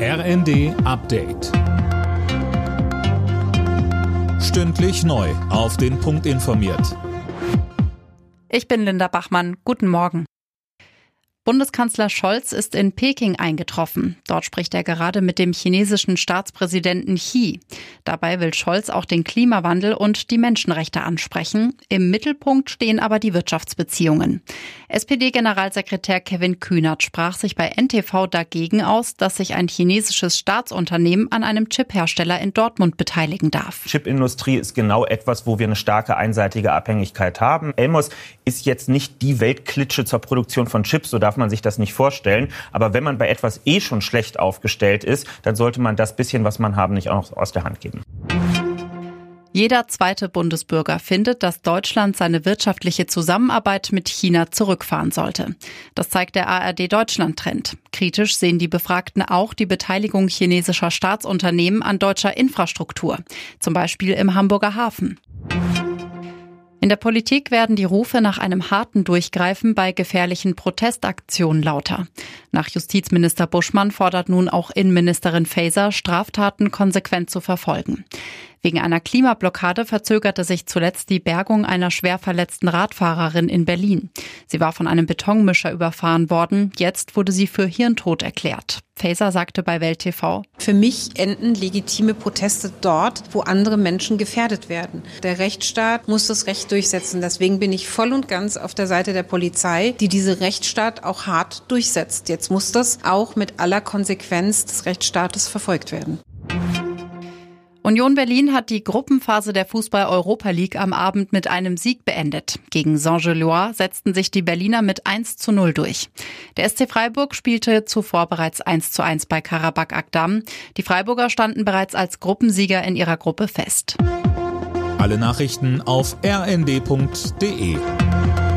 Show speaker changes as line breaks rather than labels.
RND Update. Stündlich neu auf den Punkt informiert.
Ich bin Linda Bachmann. Guten Morgen. Bundeskanzler Scholz ist in Peking eingetroffen. Dort spricht er gerade mit dem chinesischen Staatspräsidenten Xi. Dabei will Scholz auch den Klimawandel und die Menschenrechte ansprechen. Im Mittelpunkt stehen aber die Wirtschaftsbeziehungen. SPD-Generalsekretär Kevin Kühnert sprach sich bei NTV dagegen aus, dass sich ein chinesisches Staatsunternehmen an einem Chiphersteller in Dortmund beteiligen darf.
Chipindustrie ist genau etwas, wo wir eine starke einseitige Abhängigkeit haben. Elmos ist jetzt nicht die Weltklitsche zur Produktion von Chips, so darf man sich das nicht vorstellen. Aber wenn man bei etwas schon schlecht aufgestellt ist, dann sollte man das bisschen, was man haben, nicht auch noch aus der Hand geben.
Jeder zweite Bundesbürger findet, dass Deutschland seine wirtschaftliche Zusammenarbeit mit China zurückfahren sollte. Das zeigt der ARD-Deutschland-Trend. Kritisch sehen die Befragten auch die Beteiligung chinesischer Staatsunternehmen an deutscher Infrastruktur, zum Beispiel im Hamburger Hafen. In der Politik werden die Rufe nach einem harten Durchgreifen bei gefährlichen Protestaktionen lauter. Nach Justizminister Buschmann fordert nun auch Innenministerin Faeser, Straftaten konsequent zu verfolgen. Wegen einer Klimablockade verzögerte sich zuletzt die Bergung einer schwer verletzten Radfahrerin in Berlin. Sie war von einem Betonmischer überfahren worden. Jetzt wurde sie für Hirntod erklärt. Faeser sagte bei Welt TV:
Für mich enden legitime Proteste dort, wo andere Menschen gefährdet werden. Der Rechtsstaat muss das Recht durchsetzen. Deswegen bin ich voll und ganz auf der Seite der Polizei, die diese Rechtsstaat auch hart durchsetzt. Jetzt muss das auch mit aller Konsequenz des Rechtsstaates verfolgt werden.
Union Berlin hat die Gruppenphase der Fußball-Europa League am Abend mit einem Sieg beendet. Gegen Saint-Gilloise setzten sich die Berliner mit 1:0 durch. Der SC Freiburg spielte zuvor bereits 1:1 bei Karabakh Agdam. Die Freiburger standen bereits als Gruppensieger in ihrer Gruppe fest.
Alle Nachrichten auf rnd.de.